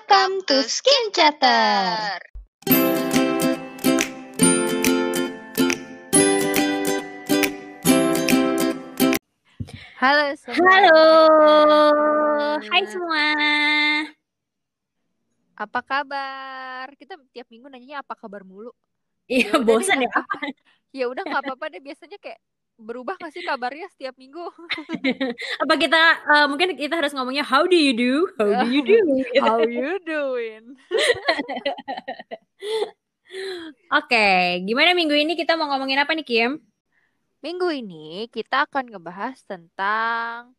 Welcome to Skin Chatter. Halo semua. Halo, hai semua. Apa kabar? Kita tiap minggu nanyanya apa kabar mulu. Iya, Ya udah bosan deh, ya. ya udah nggak apa-apa deh. Biasanya kayak berubah nggak sih kabarnya setiap minggu? Apa kita mungkin kita harus ngomongnya how do you do? How do you do? How you doing? Oke, gimana minggu ini kita mau ngomongin apa nih, Kim? Minggu ini kita akan ngebahas tentang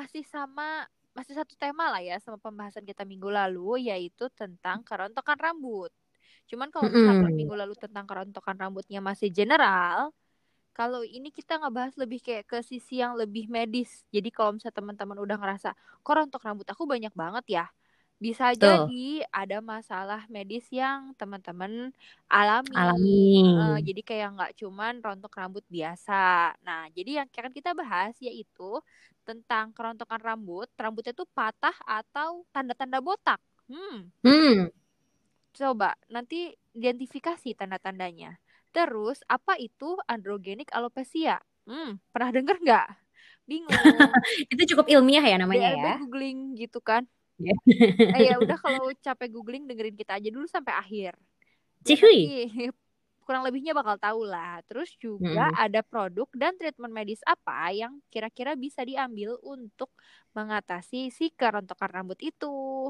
masih satu tema lah ya sama pembahasan kita minggu lalu, yaitu tentang kerontokan rambut. Cuman kalau misalkan minggu lalu tentang kerontokan rambutnya masih general, kalau ini kita ngebahas lebih kayak ke sisi yang lebih medis. Jadi kalau misalnya teman-teman udah ngerasa, kok rontok rambut aku banyak banget ya, bisa Tuh, jadi ada masalah medis yang teman-teman alami. alami. Jadi kayak nggak cuman rontok rambut biasa. Nah, jadi yang akan kita bahas yaitu tentang kerontokan rambut. Rambutnya tuh patah atau tanda-tanda botak. Hmm, Coba nanti identifikasi tanda-tandanya. Terus, apa itu androgenik alopecia? Pernah denger nggak? Bingung. itu cukup ilmiah ya namanya BRB ya. googling gitu kan. Ya. Ya udah kalau capek googling dengerin kita aja dulu sampai akhir. Biar Cihui. nanti kurang lebihnya bakal tahu lah. Terus juga Mm-mm. ada produk dan treatment medis apa yang kira-kira bisa diambil untuk mengatasi si kerontokan rambut itu.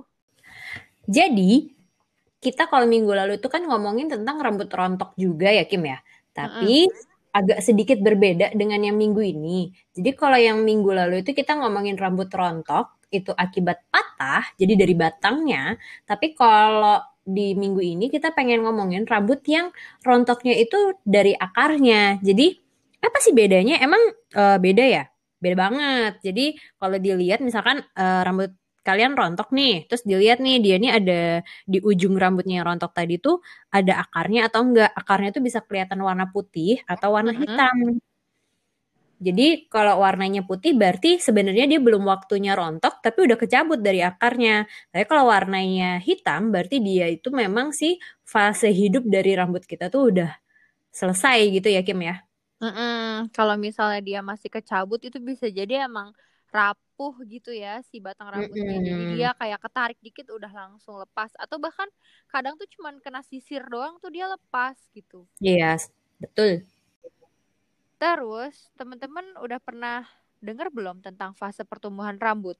Jadi, kita kalau minggu lalu itu kan ngomongin tentang rambut rontok juga ya, Kim ya. Mm-mm. Tapi agak sedikit berbeda dengan yang minggu ini. Jadi kalau yang minggu lalu itu kita ngomongin rambut rontok itu akibat patah, jadi dari batangnya. Tapi kalau di minggu ini kita pengen ngomongin rambut yang rontoknya itu dari akarnya. Jadi apa sih bedanya? Emang beda ya? Beda banget. Jadi kalau dilihat misalkan rambut kalian rontok nih, terus dilihat nih dia nih ada di ujung rambutnya yang rontok tadi tuh ada akarnya atau enggak. Akarnya tuh bisa kelihatan warna putih atau warna Mm-mm. hitam. Jadi kalau warnanya putih berarti sebenarnya dia belum waktunya rontok tapi udah kecabut dari akarnya. Tapi kalau warnanya hitam berarti dia itu memang sih fase hidup dari rambut kita tuh udah selesai gitu ya Kim ya. Kalau misalnya dia masih kecabut itu bisa jadi emang rapuh gitu ya si batang rambutnya. Jadi dia Mm-mm. kayak ketarik dikit udah langsung lepas. Atau bahkan kadang tuh cuman kena sisir doang tuh dia lepas gitu. Iya, betul. Terus teman-teman udah pernah dengar belum tentang fase pertumbuhan rambut?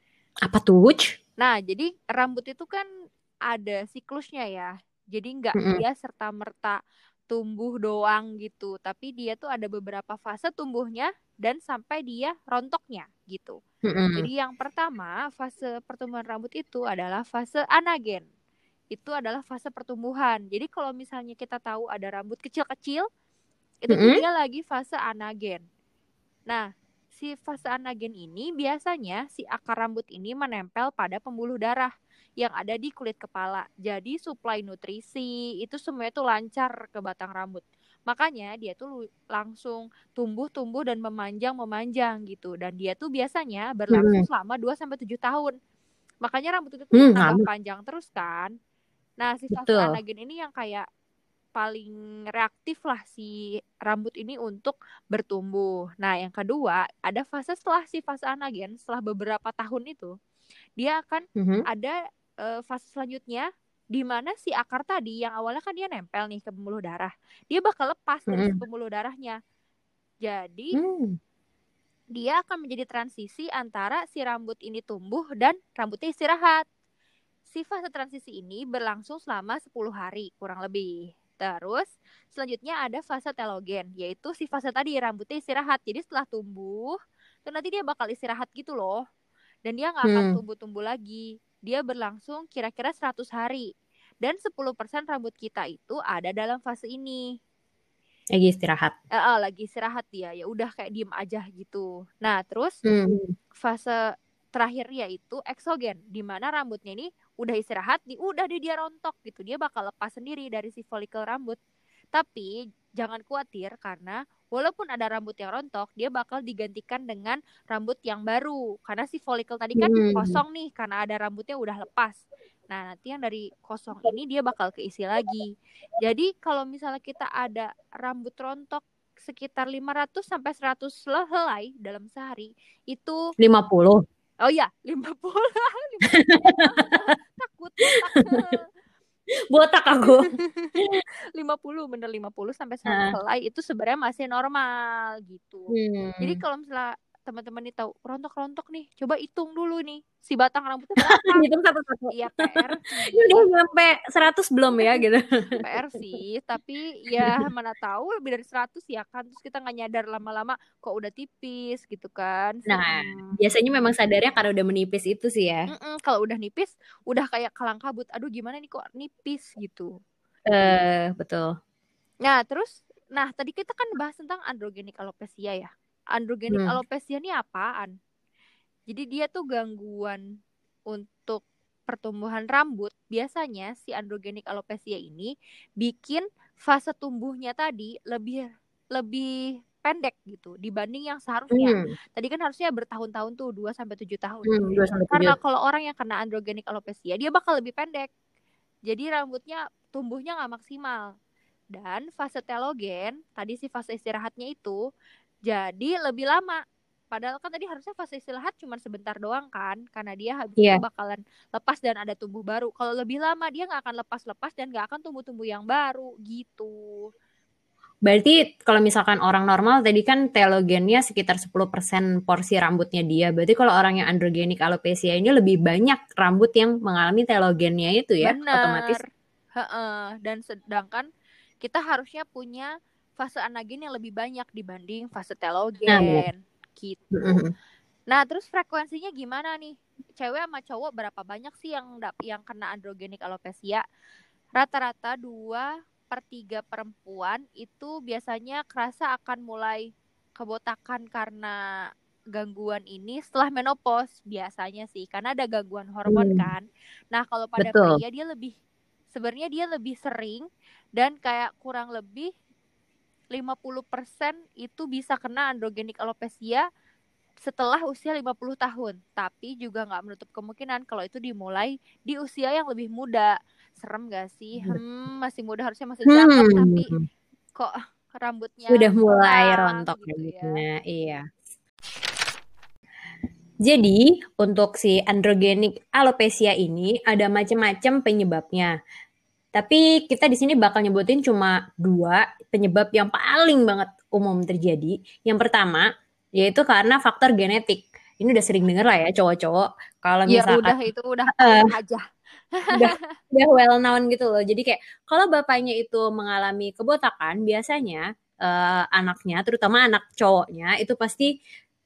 Apa tuh? Nah, jadi rambut itu kan ada siklusnya ya. Jadi nggak Mm-mm. dia serta-merta tumbuh doang gitu. Tapi dia tuh ada beberapa fase tumbuhnya dan sampai dia rontoknya gitu. Mm-mm. Jadi yang pertama, fase pertumbuhan rambut itu adalah fase anagen. Itu adalah fase pertumbuhan. Jadi kalau misalnya kita tahu ada rambut kecil-kecil, itu tuh Mm-mm. dia lagi fase anagen. Nah, si fase anagen ini biasanya si akar rambut ini menempel pada pembuluh darah yang ada di kulit kepala. Jadi suplai nutrisi itu semuanya tuh lancar ke batang rambut. Makanya dia tuh langsung tumbuh dan memanjang gitu. Dan dia tuh biasanya berlangsung Mm-mm. selama 2 sampai 7 tahun. Makanya rambut itu tuh nambah Lama. panjang terus kan. Nah, si fase Betul. anagen ini yang kayak paling reaktif lah si rambut ini untuk bertumbuh. Nah, yang kedua, ada fase setelah si fase anagen, setelah beberapa tahun itu, dia akan Mhm. ada fase selanjutnya di mana si akar tadi yang awalnya kan dia nempel nih ke pembuluh darah, dia bakal lepas dari si Mm-mm. pembuluh darahnya. Jadi, Hmm. dia akan menjadi transisi antara si rambut ini tumbuh dan rambutnya istirahat. Si fase transisi ini berlangsung selama 10 hari kurang lebih. Terus selanjutnya ada fase telogen, yaitu si fase tadi rambutnya istirahat. Jadi setelah tumbuh, tuh nanti dia bakal istirahat gitu loh. Dan dia nggak akan Hmm. tumbuh-tumbuh lagi. Dia berlangsung kira-kira 100 hari. Dan 10% rambut kita itu ada dalam fase ini. Lagi istirahat. Lagi istirahat dia, ya udah kayak diem aja gitu. Nah, terus Hmm. fase terakhir yaitu eksogen, di mana rambutnya ini udah istirahat, udah dia rontok gitu, dia bakal lepas sendiri dari si folikel rambut. Tapi jangan khawatir karena walaupun ada rambut yang rontok, dia bakal digantikan dengan rambut yang baru. Karena si folikel tadi kan Hmm. kosong nih, karena ada rambutnya udah lepas. Nah, nanti yang dari kosong ini dia bakal keisi lagi. Jadi, kalau misalnya kita ada rambut rontok sekitar 500 sampai 100 helai dalam sehari, itu 50. oh iya, 50 50 mah takut botak. Botak aku. 50 bener 50 sampai 100 Heeh. helai itu sebenarnya masih normal gitu. Jadi Hmm. kalau misalnya teman-teman nih tahu rontok-rontok nih, coba hitung dulu nih si batang rambutnya berapa. Hitung satu-satu. Iya PR Ini udah sih, sampai 100 belum ya gitu. PR sih, tapi ya mana tahu lebih dari 100 ya kan. Terus kita nggak nyadar lama-lama kok udah tipis gitu kan. Nah, biasanya memang sadarnya karena udah menipis itu sih ya. Kalau udah nipis, udah kayak kalang kabut. Aduh gimana nih kok nipis gitu. Betul. Nah, terus, nah tadi kita kan bahas tentang androgenik alopecia ya. Androgenik Hmm. alopecia ini apaan? Jadi dia tuh gangguan untuk pertumbuhan rambut. Biasanya si androgenik alopecia ini bikin fase tumbuhnya tadi lebih lebih pendek gitu dibanding yang seharusnya. Hmm. Tadi kan harusnya bertahun-tahun tuh 2 sampai 7 tahun. 2 sampai 7. Karena kalau orang yang kena androgenik alopecia dia bakal lebih pendek. Jadi rambutnya tumbuhnya nggak maksimal. Dan fase telogen, tadi si fase istirahatnya itu jadi lebih lama. Padahal kan tadi harusnya fase istirahat cuma sebentar doang kan, karena dia habis itu Iya. bakalan lepas dan ada tumbuh baru. Kalau lebih lama dia nggak akan lepas-lepas dan nggak akan tumbuh-tumbuh yang baru gitu. Berarti kalau misalkan orang normal tadi kan telogennya sekitar 10% porsi rambutnya dia. Berarti kalau orang yang androgenik alopecia ini lebih banyak rambut yang mengalami telogennya itu ya, Bener. otomatis. Heeh. Dan sedangkan kita harusnya punya fase anagen yang lebih banyak dibanding fase Nah, benar. telogen gitu. Mm-mm. Nah, terus frekuensinya gimana nih? Cewek sama cowok berapa banyak sih yang kena androgenik alopecia? Rata-rata 2/3 perempuan itu biasanya kerasa akan mulai kebotakan karena gangguan ini setelah menopause biasanya sih, karena ada gangguan hormon Hmm, kan. Nah, kalau pada betul. pria dia lebih sebenarnya dia lebih sering dan kayak kurang lebih 50% itu bisa kena androgenik alopecia setelah usia 50 tahun. Tapi juga nggak menutup kemungkinan kalau itu dimulai di usia yang lebih muda. Serem gak sih? Masih muda harusnya masih cakep, tapi Hmm, kok rambutnya sudah mulai hilang rontok gitu ya. rambutnya. Iya. Jadi, untuk si androgenik alopecia ini ada macam-macam penyebabnya. Tapi kita di sini bakal nyebutin cuma 2 penyebab yang paling banget umum terjadi. Yang pertama, yaitu karena faktor genetik. Ini udah sering denger lah ya cowok-cowok. Kalau Ya misalkan udah itu udah eh, pasrah aja. udah udah well known gitu loh. Jadi kayak kalau bapaknya itu mengalami kebotakan, biasanya anaknya, terutama anak cowoknya itu pasti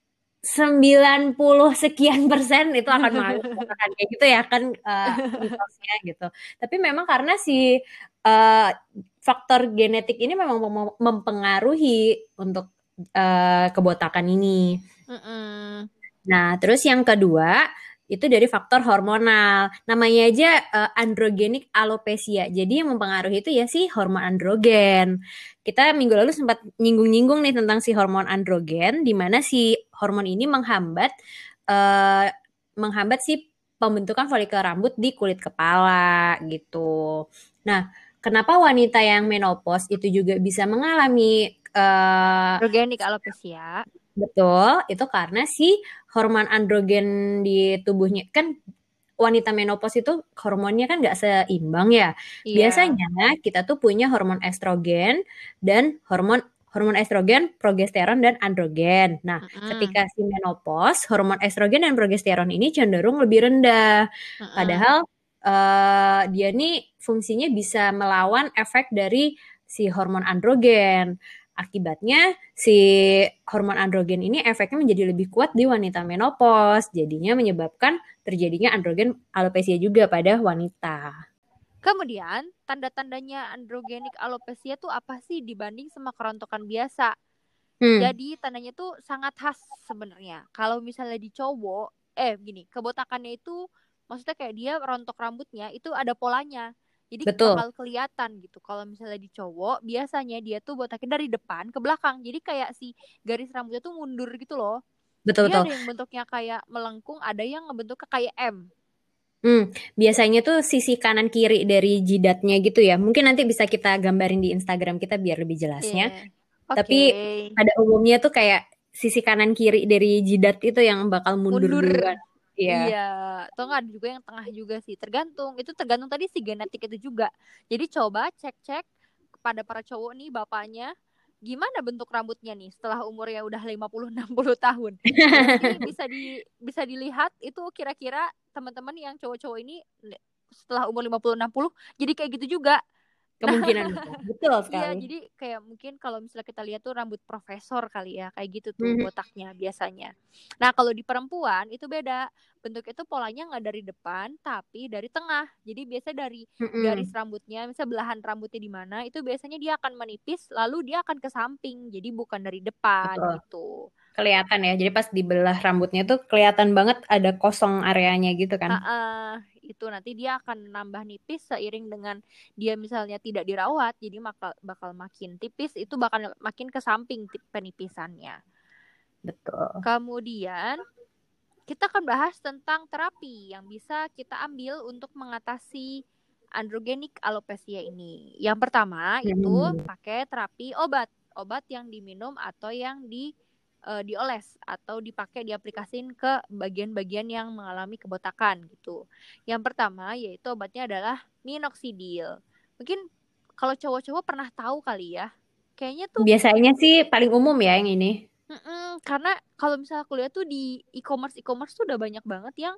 90 sekian % itu akan mengalami kebotakan kayak gitu ya kan, mitosnya gitu. Tapi memang karena si faktor genetik ini memang mempengaruhi untuk kebotakan ini. Mm-mm. Nah, terus yang kedua itu dari faktor hormonal. Namanya aja androgenik alopecia. Jadi yang mempengaruhi itu ya sih hormon androgen. Kita minggu lalu sempat nyinggung-nyinggung nih tentang si hormon androgen, di mana si hormon ini eh, menghambat si pembentukan folikel rambut di kulit kepala gitu. Nah, kenapa wanita yang menopause itu juga bisa mengalami Androgenik alopecia. betul, itu karena si hormon androgen di tubuhnya kan wanita menopause itu hormonnya kan nggak seimbang ya. Iya. Biasanya kita tuh punya hormon estrogen dan hormon hormon estrogen, progesteron dan androgen. Nah, Mm-mm. ketika si menopause, hormon estrogen dan progesteron ini cenderung lebih rendah. Mm-mm. Padahal dia nih fungsinya bisa melawan efek dari si hormon androgen. Akibatnya si hormon androgen ini efeknya menjadi lebih kuat di wanita menopause, jadinya menyebabkan terjadinya androgen alopecia juga pada wanita. Kemudian, tanda-tandanya androgenik alopecia tuh apa sih dibanding sama kerontokan biasa? Hmm. Jadi tandanya tuh sangat khas sebenarnya. Kalau misalnya di cowok, gini, kebotakannya itu maksudnya kayak dia rontok rambutnya itu ada polanya. Jadi Betul, bakal kelihatan gitu. Kalau misalnya di cowok, biasanya dia tuh botaknya dari depan ke belakang. Jadi kayak si garis rambutnya tuh mundur gitu loh. betul, Dia betul. ada yang bentuknya kayak melengkung, ada yang bentuknya kayak M. Biasanya tuh sisi kanan kiri dari jidatnya gitu ya. Mungkin nanti bisa kita gambarin di Instagram kita biar lebih jelasnya. Iya. Oke. Tapi pada umumnya tuh kayak sisi kanan kiri dari jidat itu yang bakal mundur Mundur. duluan. Iya, Iya, atau nggak ada juga yang tengah juga sih. Tergantung. Itu tergantung tadi si genetik itu juga. Jadi coba cek-cek kepada para cowok nih bapaknya, gimana bentuk rambutnya nih setelah umurnya udah 50-60 tahun. Nanti bisa dilihat itu kira-kira teman-teman yang cowok-cowok ini setelah umur 50-60 jadi kayak gitu juga. Nah, kemungkinan besar. Betul iya, sekali. jadi kayak mungkin kalau misalnya kita lihat tuh rambut profesor kali ya, kayak gitu tuh Mhm, botaknya biasanya. Nah, kalau di perempuan itu beda. Bentuk itu polanya nggak dari depan, tapi dari tengah. Jadi biasa dari garis mhm, rambutnya, misalnya belahan rambutnya di mana, itu biasanya dia akan menipis, lalu dia akan ke samping. Jadi bukan dari depan betul. gitu. Kelihatan ya. Jadi pas dibelah rambutnya tuh kelihatan banget ada kosong areanya gitu kan. Itu nanti dia akan nambah nipis seiring dengan dia misalnya tidak dirawat, jadi bakal makin tipis, itu bakal makin ke samping penipisannya. Betul. Kemudian kita akan bahas tentang terapi yang bisa kita ambil untuk mengatasi androgenik alopecia ini. Yang pertama itu Mhm. pakai terapi obat, obat yang diminum atau yang dioles atau dipakai diaplikasin ke bagian-bagian yang mengalami kebotakan gitu. Yang pertama yaitu obatnya adalah minoxidil. Mungkin kalau cowok-cowok pernah tahu kali ya. Kayaknya tuh Biasanya sih paling umum ya yang ini. karena kalau misalnya aku lihat tuh di e-commerce tuh udah banyak banget yang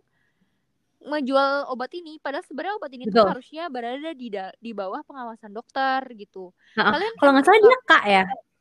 menjual obat ini. Padahal sebenarnya obat ini tuh Betul. harusnya berada di bawah pengawasan dokter gitu. Heeh. Kalian Kalau nggak emang salah suka dia Kak ya.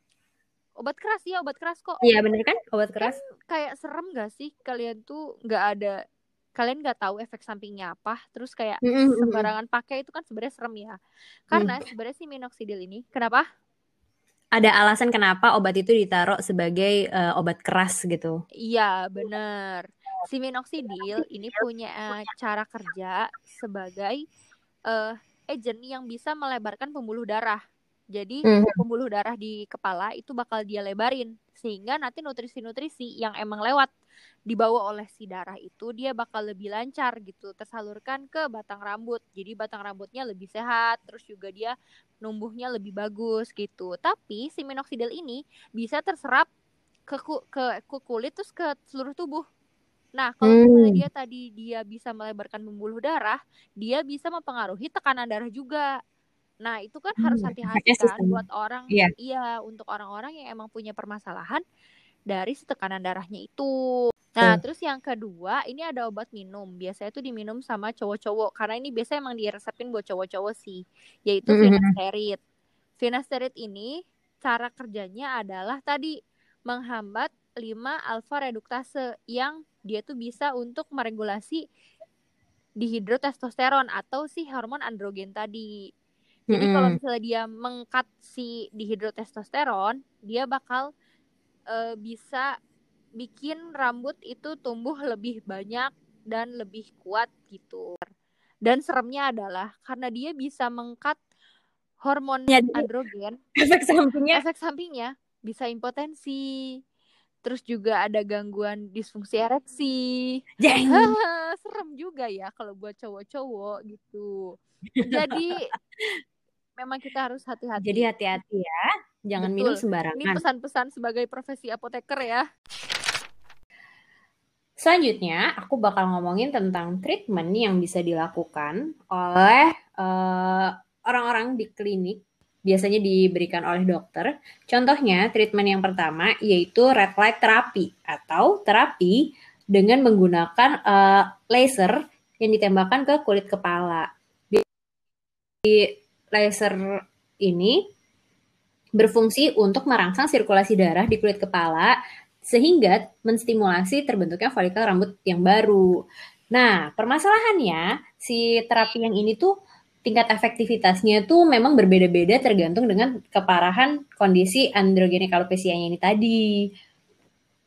obat keras ya, obat keras kok. Iya bener kan? Obat Kan keras. kayak serem gak sih kalian tuh nggak ada, kalian nggak tahu efek sampingnya apa, terus kayak Mhm, mhm, mhm. sembarangan pakai itu kan sebenarnya serem ya. Hmm. Karena sebenarnya si minoxidil ini, kenapa? Ada alasan kenapa obat itu ditaruh sebagai obat keras gitu. Iya, bener. Si minoxidil ini punya cara kerja sebagai eh, agent yang bisa melebarkan pembuluh darah. Jadi Mhm. pembuluh darah di kepala itu bakal dia lebarin sehingga nanti nutrisi-nutrisi yang emang lewat dibawa oleh si darah itu dia bakal lebih lancar gitu tersalurkan ke batang rambut. Jadi batang rambutnya lebih sehat, terus juga dia numbuhnya lebih bagus gitu. Tapi si minoxidil ini bisa terserap ke kulit terus ke seluruh tubuh. Nah, kalau misalnya Hmm. dia bisa melebarkan pembuluh darah, dia bisa mempengaruhi tekanan darah juga. Nah, itu kan harus hati-hati Efeknya kan sistem. buat orang, Iya. iya, untuk orang-orang yang emang punya permasalahan dari si tekanan darahnya itu. Nah, Betul. terus yang kedua, ini ada obat minum. Biasanya itu diminum sama cowok-cowok, karena ini biasanya emang diresepin buat cowok-cowok sih, yaitu Mhm. finasterid. Finasterid ini cara kerjanya adalah tadi menghambat 5 alfa reduktase yang dia tuh bisa untuk meregulasi dihidrotestosteron atau si hormon androgen tadi. Jadi kalau Mhm. misalnya dia mengkat si dihidrotestosteron, dia bakal bisa bikin rambut itu tumbuh lebih banyak dan lebih kuat gitu. Dan seremnya adalah karena dia bisa mengkat hormon Jadi androgen, efek sampingnya efek sampingnya bisa impotensi, terus juga ada gangguan disfungsi ereksi. jeng. Haha, serem juga ya kalau buat cowok-cowok gitu. Jadi memang kita harus Jadi hati-hati. hati-hati ya. Jangan minum Betul. Ini sembarangan. pesan-pesan sebagai profesi apoteker ya. Selanjutnya, aku bakal ngomongin tentang treatment yang bisa dilakukan oleh orang-orang di klinik, biasanya diberikan oleh dokter. Contohnya, treatment yang pertama yaitu red light therapy atau terapi dengan menggunakan laser yang ditembakkan ke kulit kepala. Laser ini berfungsi untuk merangsang sirkulasi darah di kulit kepala sehingga menstimulasi terbentuknya folikel rambut yang baru. Nah, permasalahannya si terapi yang ini tuh tingkat efektivitasnya tuh memang berbeda-beda tergantung dengan keparahan kondisi androgenik alopecia-nya ini tadi.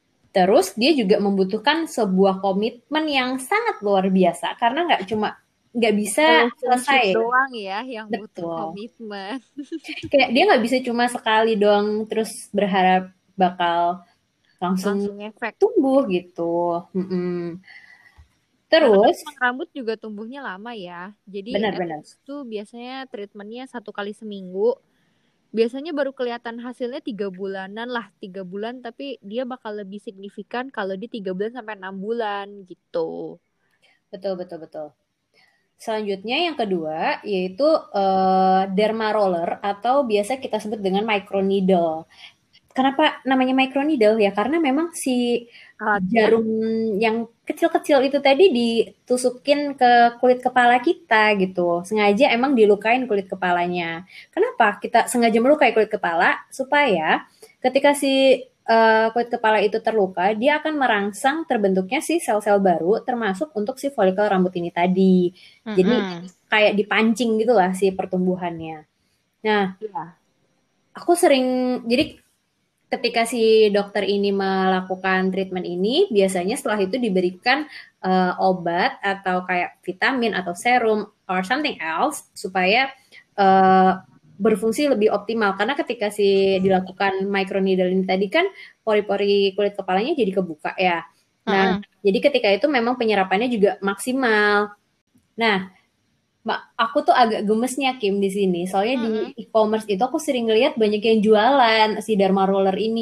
Terus dia juga membutuhkan sebuah komitmen yang sangat luar biasa karena nggak cuma nggak bisa Relationship selesai. doang ya yang butuh Betul. komitmen. Kayak dia nggak bisa cuma sekali doang terus berharap bakal langsung Langsung efek. tumbuh gitu. Mm-mm. Karena kan Terus, emang rambut juga tumbuhnya lama ya. Jadi at benar-benar. least tuh biasanya treatmentnya 1 kali seminggu. Biasanya baru kelihatan hasilnya 3 bulanan lah, 3 bulan. Tapi dia bakal lebih signifikan kalau di 3 bulan sampai 6 bulan gitu. Betul, betul, betul. Selanjutnya yang kedua yaitu derma roller atau biasa kita sebut dengan microneedle. Kenapa namanya microneedle ya? Karena memang si Alatnya jarum yang kecil-kecil itu tadi ditusukin ke kulit kepala kita gitu. Sengaja emang dilukain kulit kepalanya. Kenapa kita sengaja melukai kulit kepala? Supaya ketika si kulit kepala itu terluka, dia akan merangsang terbentuknya si sel-sel baru termasuk untuk si folikel rambut ini tadi. Jadi Mm-mm. kayak dipancing gitu lah si pertumbuhannya. Nah, Iya. aku sering jadi ketika si dokter ini melakukan treatment ini, biasanya setelah itu diberikan obat atau kayak vitamin atau serum or something else supaya uh, berfungsi lebih optimal. Karena ketika si dilakukan microneedle ini tadi kan pori-pori kulit kepalanya jadi kebuka ya. Nah, Mm-mm. jadi ketika itu memang penyerapannya juga maksimal. Nah, aku tuh agak gemesnya Kim di sini. Soalnya di Mm-mm. e-commerce itu aku sering ngeliat banyak yang jualan si Dharma Roller ini.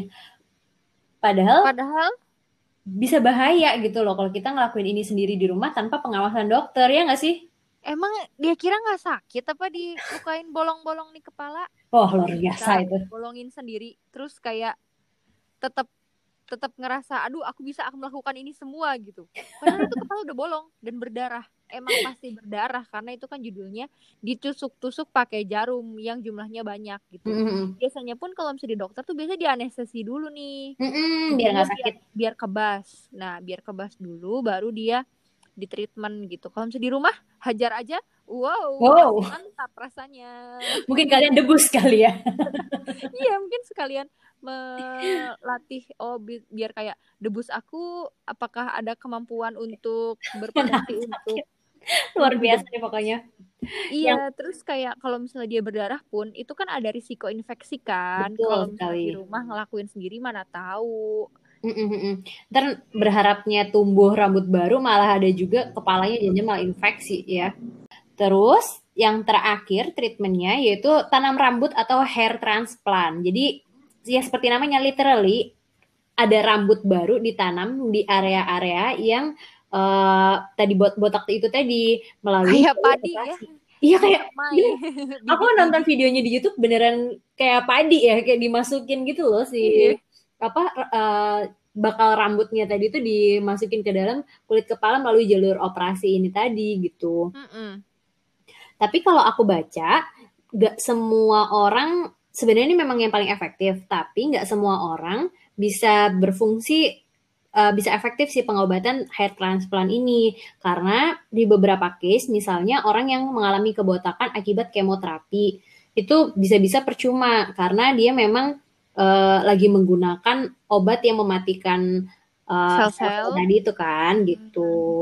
Padahal Padahal bisa bahaya gitu loh kalau kita ngelakuin ini sendiri di rumah tanpa pengawasan dokter, ya nggak sih? emang dia kira nggak sakit apa dilukain bolong-bolong di kepala? Oh, Aku luar biasa bisa itu. bolongin sendiri. Terus kayak tetap tetap ngerasa aduh aku bisa aku melakukan ini semua gitu padahal itu kepala udah bolong dan berdarah emang pasti berdarah karena itu kan judulnya ditusuk-tusuk pakai jarum yang jumlahnya banyak gitu Mm-mm. biasanya pun kalau misalnya di dokter tuh biasa dianestesi dulu nih Mm-mm, biar jadinya nggak biar sakit. biar kebas nah biar kebas dulu baru dia di treatment gitu kalau misalnya di rumah hajar aja wow pasti Wow, mantap rasanya. mungkin kalian debus kali ya. Iya, mungkin sekalian melatih biar kayak debus aku apakah ada kemampuan untuk berpotensi untuk Luar lebih biasa nih debus. pokoknya. Iya, Yang terus kayak kalau misalnya dia berdarah pun itu kan ada risiko infeksi kan. betul Kalau misalnya sekali. di rumah ngelakuin sendiri mana tahu. Mm-mm-mm. Ntar berharapnya tumbuh rambut baru malah ada juga kepalanya jadi malah infeksi ya. Terus yang terakhir treatmentnya yaitu tanam rambut atau hair transplant. Jadi ya seperti namanya literally ada rambut baru ditanam di area-area yang tadi botak itu tadi melalui Kayak jalur padi ya, operasi. Iya kayak disemai bener. Aku nonton bibit-bibit. videonya di YouTube beneran kayak padi ya, kayak dimasukin gitu loh si Iya. apa bakal rambutnya tadi itu dimasukin ke dalam kulit kepala melalui jalur operasi ini tadi gitu. Mm-mm. Tapi kalau aku baca, nggak semua orang sebenarnya ini memang yang paling efektif, tapi nggak semua orang bisa berfungsi bisa efektif si pengobatan hair transplant ini karena di beberapa case misalnya orang yang mengalami kebotakan akibat kemoterapi itu bisa-bisa percuma karena dia memang lagi menggunakan obat yang mematikan sel-sel Sel-sel. tadi itu kan gitu. Mm.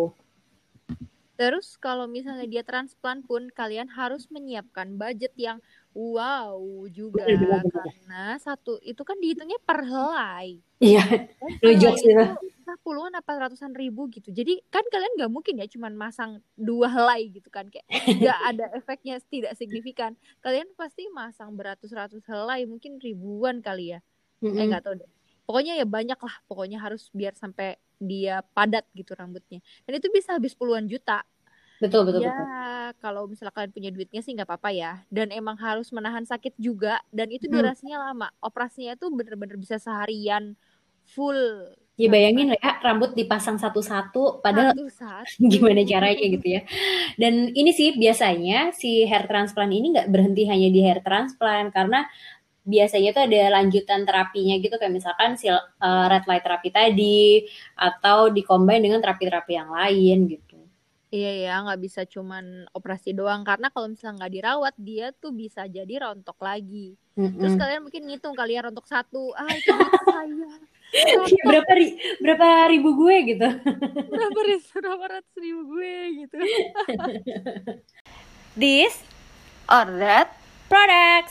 Terus kalau misalnya dia transplant pun kalian harus menyiapkan budget yang wow Benar, benar, juga benar. karena satu itu kan dihitungnya per helai Iya, dan no jokes helai gitu. itu entah puluhan apa ratusan ribu gitu. Jadi kan kalian nggak mungkin ya cuman masang 2 helai gitu kan kayak nggak ada efeknya tidak signifikan. Kalian pasti masang beratus-ratus helai mungkin ribuan kali ya. Mm-mm. Nggak tahu deh. Pokoknya ya banyak lah. Pokoknya harus biar sampai dia padat gitu rambutnya. Dan itu bisa habis puluhan juta. Betul, betul, Ya, betul. kalau misalnya kalian punya duitnya sih nggak apa-apa ya. Dan emang harus menahan sakit juga. Dan itu Hmm. durasinya lama. Operasinya tuh bener-bener bisa seharian full Ya bayangin sampai lah ya, rambut dipasang satu-satu, padahal satu-satu. gimana caranya gitu ya. Dan ini sih biasanya si hair transplant ini nggak berhenti hanya di hair transplant, karena biasanya tuh ada lanjutan terapinya gitu, kayak misalkan si red light terapi tadi, atau dikombin dengan terapi-terapi yang lain gitu. Iya ya, nggak bisa cuman operasi doang. Karena kalau misalnya nggak dirawat, dia tuh bisa jadi rontok lagi. Terus Mm-mm. kalian mungkin ngitung kalian rontok satu. Ah, itu duit saya. Kayak Apa? berapa ribu gue gitu. Berapa ratus ribu gue gitu. This Or that. products.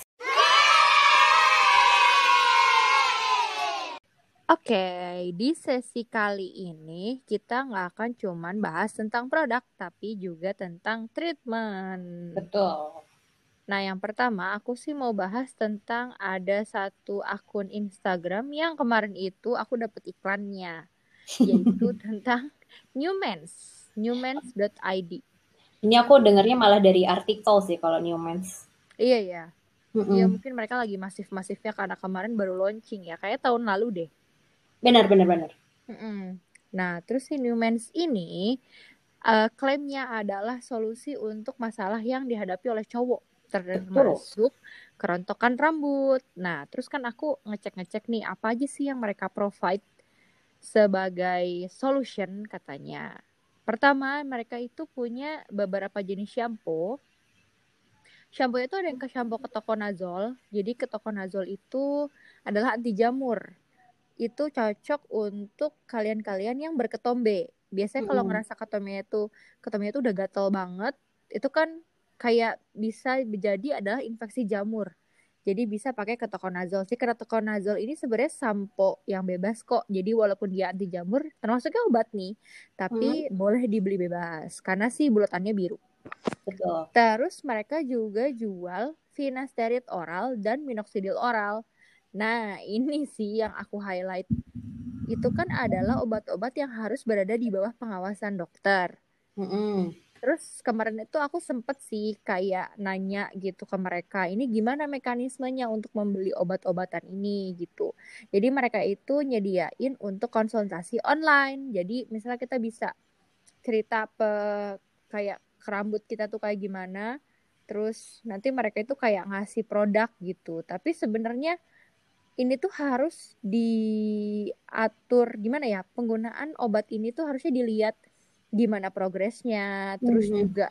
Oke, di sesi kali ini kita nggak akan cuman bahas tentang produk, tapi juga tentang treatment. Betul. Nah, yang pertama aku sih mau bahas tentang ada satu akun Instagram yang kemarin itu aku dapet iklannya, yaitu tentang Newmens, newmens.id. Ini aku dengarnya malah dari artikel sih kalau Newmans. Iya ya, iya Mm-mm. mungkin mereka lagi masif-masifnya karena kemarin baru launching ya, kayak tahun lalu deh. Benar, benar, benar. Mm-mm. Nah, terus si Newmens ini klaimnya adalah solusi untuk masalah yang dihadapi oleh cowok, Betul. termasuk kerontokan rambut. Nah, terus kan aku ngecek-ngecek nih apa aja sih yang mereka provide sebagai solution katanya. Pertama, mereka itu punya beberapa jenis shampoo. Shampoo itu ada yang ke shampoo ketoconazole. Jadi ketoconazole itu adalah anti jamur. Itu cocok untuk kalian-kalian yang berketombe. Biasanya kalau Mm-mm. ngerasa ketombe itu udah gatel banget, itu kan kayak bisa jadi adalah infeksi jamur. Jadi bisa pakai ketoconazole. Si ketoconazole ini sebenarnya sampo yang bebas kok. Jadi walaupun dia anti jamur, termasuknya obat nih, Mm, tapi boleh dibeli bebas karena sih bulatannya biru. betul. Terus mereka juga jual finasteride oral dan minoxidil oral. Nah, ini sih yang aku highlight. Itu kan adalah obat-obat yang harus berada di bawah pengawasan dokter. Mm-mm. Terus kemarin itu aku sempet sih kayak nanya gitu ke mereka, ini gimana mekanismenya untuk membeli obat-obatan ini gitu. Jadi mereka itu nyediain untuk konsultasi online. Jadi misalnya kita bisa cerita kayak ke rambut kita tuh kayak gimana. Terus nanti mereka itu kayak ngasih produk gitu. Tapi sebenarnya ini tuh harus diatur gimana ya, penggunaan obat ini tuh harusnya dilihat gimana progresnya, terus Mm-mm. juga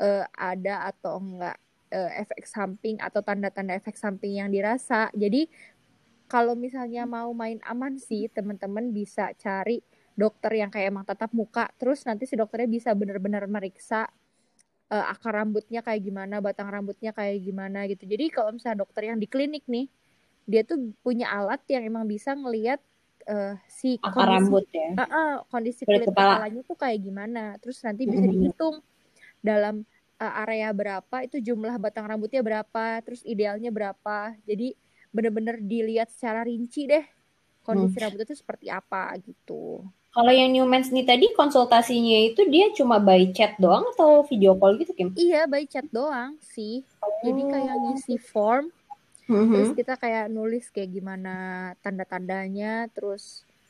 ada atau enggak efek samping atau tanda-tanda efek samping yang dirasa. Jadi kalau misalnya mau main aman sih teman-teman bisa cari dokter yang kayak emang tatap muka, terus nanti si dokternya bisa benar-benar meriksa akar rambutnya kayak gimana, batang rambutnya kayak gimana gitu. Jadi kalau misalnya dokter yang di klinik nih, dia tuh punya alat yang emang bisa ngelihat si Akar rambut ya. kondisi Kulit kulit kepala. kepalanya tuh kayak gimana. Terus nanti bisa Mm-mm. dihitung dalam area berapa itu jumlah batang rambutnya berapa, terus idealnya berapa. Jadi bener-bener dilihat secara rinci deh Mm. kondisi rambut itu seperti apa gitu. Kalau yang Newmans nih tadi konsultasinya itu dia cuma by chat doang atau video call gitu, Kim? Iya, by chat doang sih. Jadi kayak Oh. ngisi form, terus Mhm. kita kayak nulis kayak gimana tanda-tandanya, terus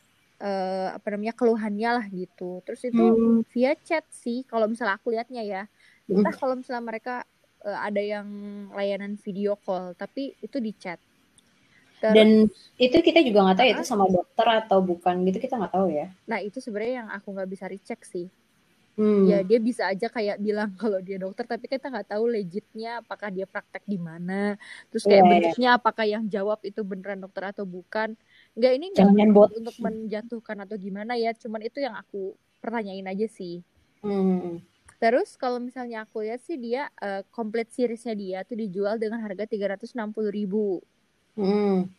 apa namanya keluhannya lah gitu. Terus itu Hmm. via chat sih kalau misalnya aku lihatnya ya. Entah Mm. kalau misalnya mereka ada yang layanan video call, tapi itu di chat. Terus Dan itu kita juga nggak tahu ya itu uh-uh. sama dokter atau bukan gitu, kita nggak tahu ya. Nah itu sebenarnya yang aku nggak bisa recheck sih. Ya Hmm. dia bisa aja kayak bilang kalau dia dokter, tapi kita nggak tahu legitnya apakah dia praktek di mana, terus Iya, kayak iya. bentuknya apakah yang jawab itu beneran dokter atau bukan. Nggak, ini nggak Jangan bermaksud bot. untuk menjatuhkan atau gimana ya, cuman itu yang aku pertanyain aja sih. Hmm. Terus kalau misalnya aku lihat sih dia komplit seriesnya dia tuh dijual dengan harga 360.000. Hmm.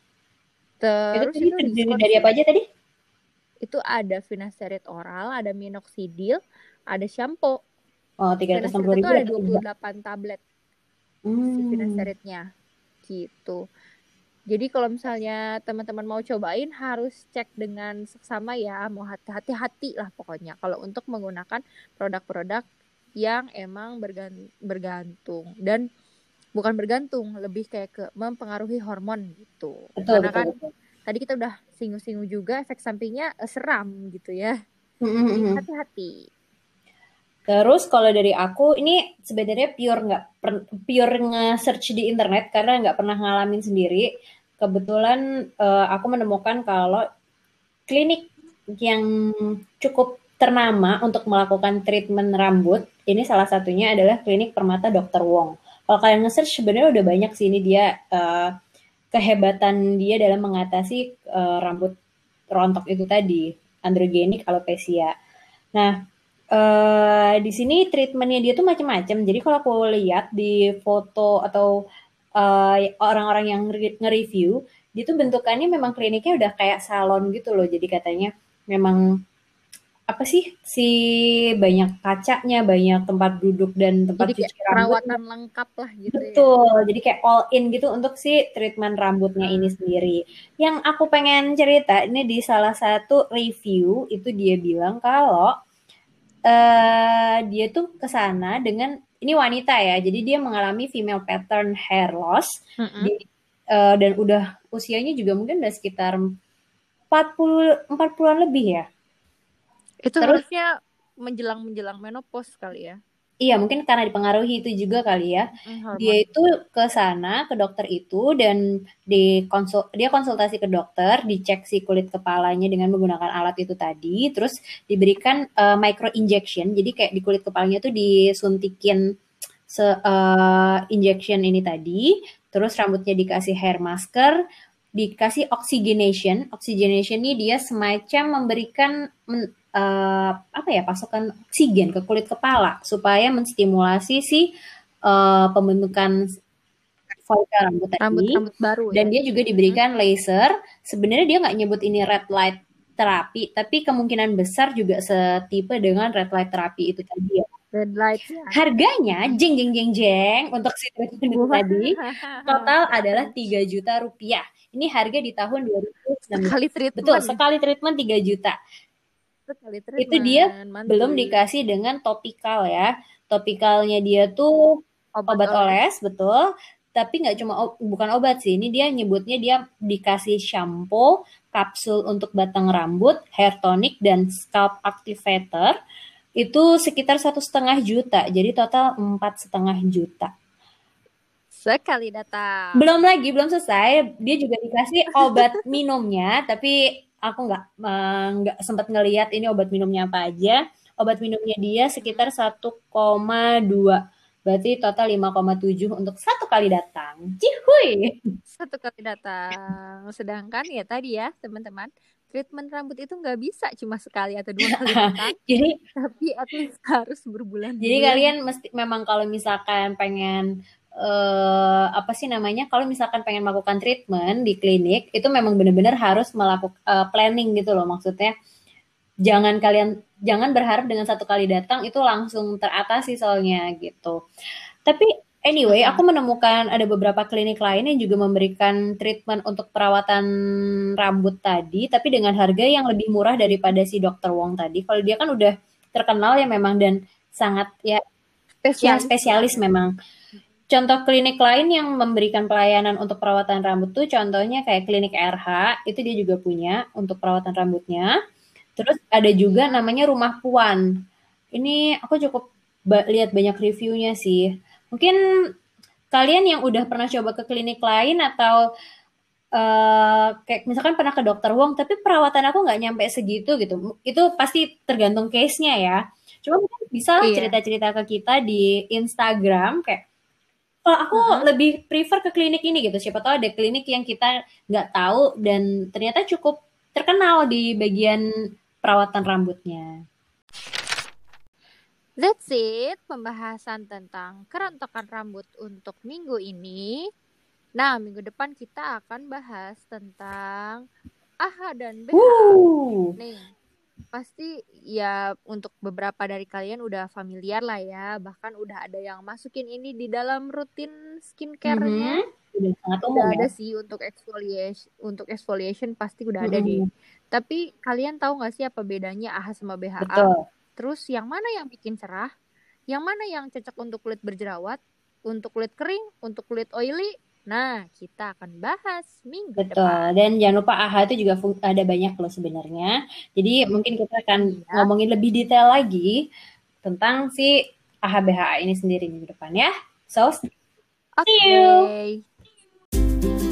Itu Terus tadi itu terdiri diskon dari sih. apa aja tadi? Itu ada finasteride oral, ada minoxidil, ada shampoo. Oh, tiga ratus enam Finasteride puluh itu ribu ada dapat 3. 28 tablet si Hmm. finasteride-nya gitu. Jadi kalau misalnya teman-teman mau cobain harus cek dengan seksama ya, mau hati-hati lah pokoknya kalau untuk menggunakan produk-produk yang emang bergantung dan bukan bergantung, lebih kayak ke mempengaruhi hormon gitu. Betul, Karena betul, kan betul. tadi kita udah singgung-singgung juga efek sampingnya seram gitu ya. Mhm, Jadi mhm. hati-hati. Terus kalau dari aku ini sebenarnya pure nge-search di internet karena nggak pernah ngalamin sendiri. Kebetulan aku menemukan kalau klinik yang cukup ternama untuk melakukan treatment rambut ini salah satunya adalah klinik Permata Dr. Wong. Kalau kalian nge-search sebenarnya udah banyak sih ini dia kehebatan dia dalam mengatasi rambut rontok itu tadi, androgenik alopecia. Nah, di sini treatmentnya dia tuh macam-macam. Jadi kalau aku lihat di foto atau orang-orang yang nge-review, dia tuh bentukannya memang kliniknya udah kayak salon gitu loh. Jadi katanya memang apa sih si banyak kacanya, banyak tempat duduk dan tempat Jadi kayak cuci rambut. perawatan lengkap lah gitu ya. Betul, jadi kayak all in gitu untuk si treatment rambutnya ini sendiri. Yang aku pengen cerita, ini di salah satu review, itu dia bilang kalau dia tuh ke sana dengan, ini wanita ya, jadi dia mengalami female pattern hair loss, dan udah usianya juga mungkin udah sekitar 40-an lebih ya. Itu Terus harusnya menjelang menopause kali ya. iya, mungkin karena dipengaruhi itu juga kali ya. Dia Hormon. itu ke sana, ke dokter itu, dan dia konsultasi ke dokter, dicek si kulit kepalanya dengan menggunakan alat itu tadi, terus diberikan micro injection, jadi kayak di kulit kepalanya tuh disuntikin injection ini tadi, terus rambutnya dikasih hair masker, dikasih oxygenation. Oxygenation ini dia semacam memberikan apa ya, pasokan oksigen ke kulit kepala supaya menstimulasi si pembentukan folikel rambut tadi. Rambut baru Dan ya. dia juga diberikan laser. Sebenarnya dia nggak nyebut ini red light terapi, tapi kemungkinan besar juga setipe dengan red light terapi itu tadi ya. Red light ya. Harganya jeng untuk si treatment itu tadi total adalah 3 juta rupiah. Ini harga di tahun 2019. Sekali treatment. Betul, sekali treatment 3 juta. Sekali treatment. Itu dia belum dikasih dengan topikal ya. Topikalnya dia tuh obat oles, betul. Tapi nggak cuma bukan obat sih. Ini dia nyebutnya dia dikasih shampoo, kapsul untuk batang rambut, hair tonic, dan scalp activator. Itu sekitar 1,5 juta. Jadi total 4,5 juta. Sekali datang. Belum selesai. Dia juga dikasih obat minumnya, tapi aku nggak sempat ngelihat ini obat minumnya apa aja. Obat minumnya dia sekitar 1,2. Berarti total 5,7 untuk 1 kali datang. Cihuy! 1 kali datang. Sedangkan ya tadi ya teman-teman, treatment rambut itu nggak bisa cuma sekali atau 2 kali datang. Tapi at least harus berbulan-bulan. Jadi kalian mesti memang kalau misalkan pengen kalau misalkan pengen melakukan treatment di klinik, itu memang benar-benar harus melakukan planning gitu loh, maksudnya jangan berharap dengan 1 kali datang itu langsung teratasi soalnya gitu. Tapi anyway, aku menemukan ada beberapa klinik lain yang juga memberikan treatment untuk perawatan rambut tadi, tapi dengan harga yang lebih murah daripada si Dr. Wong tadi. Kalau dia kan udah terkenal ya memang, dan sangat ya spesialis memang. Contoh klinik lain yang memberikan pelayanan untuk perawatan rambut tuh contohnya kayak klinik RH, itu dia juga punya untuk perawatan rambutnya. Terus ada juga namanya Rumah Puan. Ini aku cukup lihat banyak reviewnya sih. Mungkin kalian yang udah pernah coba ke klinik lain atau kayak misalkan pernah ke dokter Wong, tapi perawatan aku nggak nyampe segitu gitu. Itu pasti tergantung case-nya ya. Cuma mungkin bisa lah cerita-cerita ke kita di Instagram kayak, kalau aku lebih prefer ke klinik ini gitu. Siapa tahu ada klinik yang kita nggak tahu dan ternyata cukup terkenal di bagian perawatan rambutnya. That's it, pembahasan tentang kerontokan rambut untuk minggu ini. Nah, minggu depan kita akan bahas tentang AHA dan BHA. Nih, pasti ya untuk beberapa dari kalian udah familiar lah ya, bahkan udah ada yang masukin ini di dalam rutin skincare-nya. Udah ada sih untuk exfoliation pasti udah ada deh. Tapi kalian tahu nggak sih apa bedanya AHA sama BHA? Betul. Terus yang mana yang bikin cerah? Yang mana yang cocok untuk kulit berjerawat? Untuk kulit kering? Untuk kulit oily? Nah, kita akan bahas minggu depan. Dan jangan lupa AHA itu juga ada banyak loh sebenarnya. Jadi mungkin kita akan ngomongin lebih detail lagi tentang si AHA BHA ini sendiri minggu depan ya. So, see you!